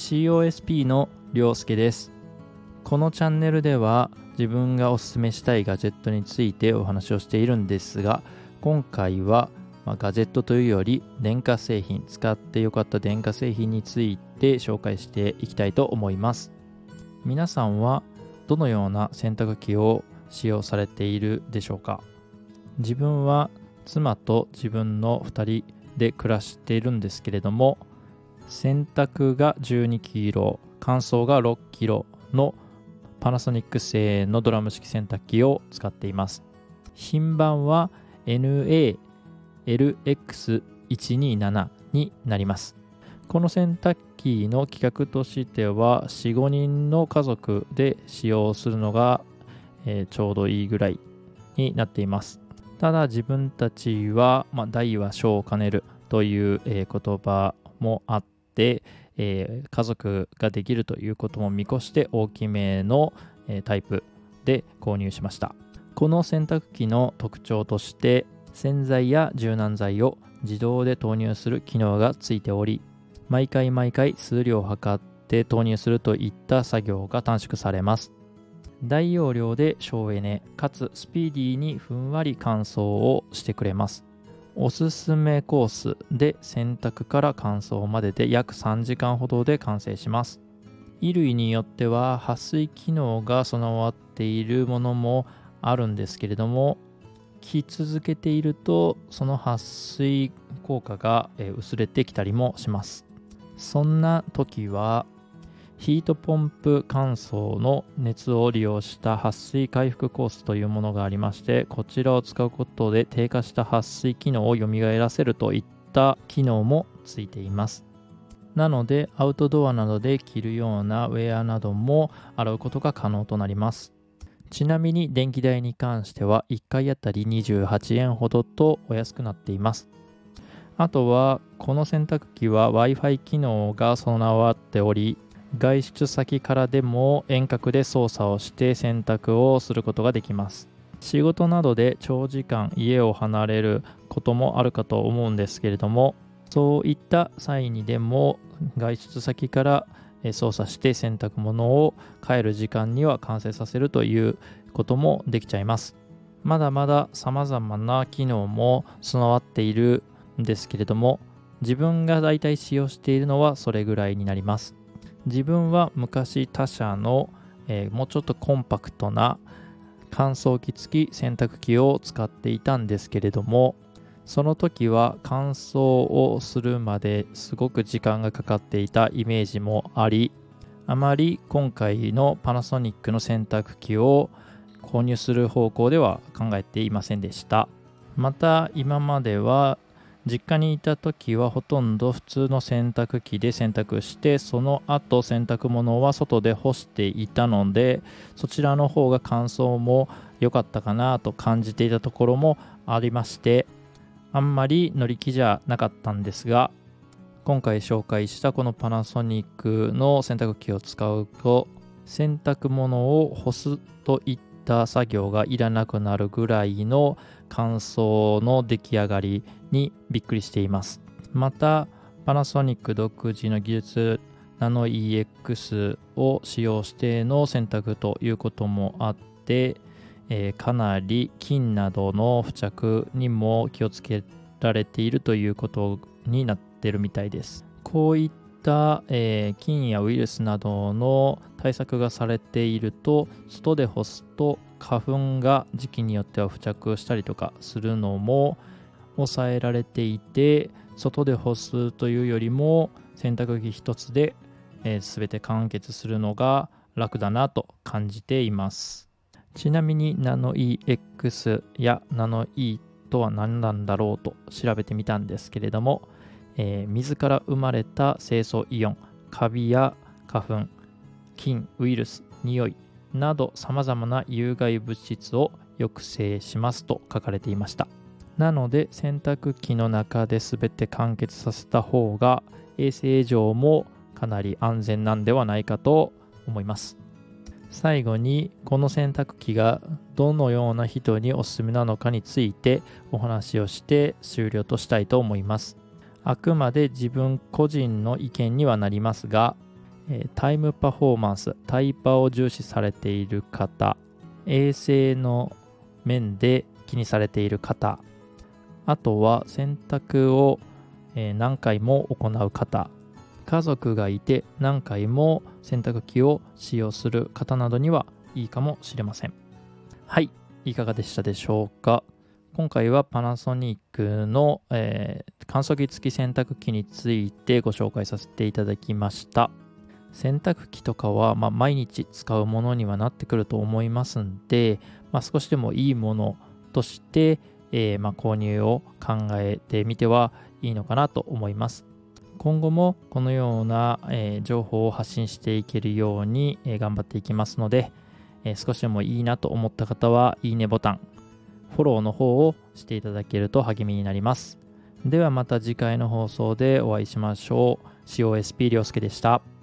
COSP のりょうすけです。このチャンネルでは自分がおすすめしたいガジェットについてお話をしているんですが、今回はガジェットというより電化製品、使ってよかった電化製品について紹介していきたいと思います。皆さんはどのような洗濯機を使用されているでしょうか？自分は妻と自分の2人で暮らしているんですけれども、洗濯が12キロ、乾燥が6キロのパナソニック製のドラム式洗濯機を使っています。品番は NA-LX127 になります。この洗濯機の規格としては 4,5 人の家族で使用するのが、ちょうどいいぐらいになっています。ただ自分たちは、大は小を兼ねるという、言葉もあって、家族ができるということも見越して大きめの、タイプで購入しました。この洗濯機の特徴として洗剤や柔軟剤を自動で投入する機能がついており、毎回数量を測って投入するといった作業が短縮されます。大容量で省エネかつスピーディーにふんわり乾燥をしてくれます。おすすめコースで洗濯から乾燥までで約3時間ほどで完成します。衣類によっては撥水機能が備わっているものもあるんですけれども、着続けているとその撥水効果が薄れてきたりもします。そんな時はヒートポンプ乾燥の熱を利用した撥水回復コースというものがありまして、こちらを使うことで低下した撥水機能を蘇らせるといった機能もついています。なのでアウトドアなどで着るようなウェアなども洗うことが可能となります。ちなみに電気代に関しては1回あたり28円ほどとお安くなっています。あとはこの洗濯機は Wi-Fi 機能が備わっており、外出先からでも遠隔で操作をして洗濯をすることができます。仕事などで長時間家を離れることもあるかと思うんですけれども、そういった際にでも外出先から操作して洗濯物を帰る時間には完成させるということもできちゃいます。まだまだ様々な機能も備わっているんですけれども、自分がだいたい使用しているのはそれぐらいになります。自分は昔他社の、もうちょっとコンパクトな乾燥機付き洗濯機を使っていたんですけれども、その時は乾燥をするまですごく時間がかかっていたイメージもあり、あまり今回のパナソニックの洗濯機を購入する方向では考えていませんでした。また今までは実家にいた時はほとんど普通の洗濯機で洗濯して、その後洗濯物は外で干していたので、そちらの方が乾燥も良かったかなと感じていたところもありまして、あんまり乗り気じゃなかったんですが、今回紹介したこのパナソニックの洗濯機を使うと、洗濯物を干すといった作業がいらなくなるぐらいの乾燥の出来上がりにびっくりしています。またパナソニック独自の技術ナノ EX を使用しての洗濯ということもあって、かなり菌などの付着にも気をつけられているということになっているみたいです。こういった、菌やウイルスなどの対策がされていると、外で干すと花粉が時期によっては付着したりとかするのも抑えられていて、外で干すというよりも洗濯機一つで、全て完結するのが楽だなと感じています。ちなみにナノ EX やナノ E とは何なんだろうと調べてみたんですけれども、水から生まれた清楚イオン、カビや花粉、菌、ウイルス、匂いなど様々な有害物質を抑制しますと書かれていました。なので洗濯機の中で全て完結させた方が衛生上もかなり安全なんではないかと思います。最後にこの洗濯機がどのような人におすすめなのかについてお話をして終了としたいと思います。あくまで自分個人の意見にはなりますが、 タイムパフォーマンス、タイパを重視されている方、衛生の面で気にされている方、あとは洗濯を何回も行う方、家族がいて何回も洗濯機を使用する方などにはいいかもしれません。はい、いかがでしたでしょうか。今回はパナソニックの、乾燥機付き洗濯機についてご紹介させていただきました。洗濯機とかは、毎日使うものにはなってくると思いますんで、少しでもいいものとして、購入を考えてみてはいいのかなと思います。今後もこのような、情報を発信していけるように、頑張っていきますので、少しでもいいなと思った方はいいねボタン、フォローの方をしていただけると励みになります。ではまた次回の放送でお会いしましょう。COSP りょうすけでした。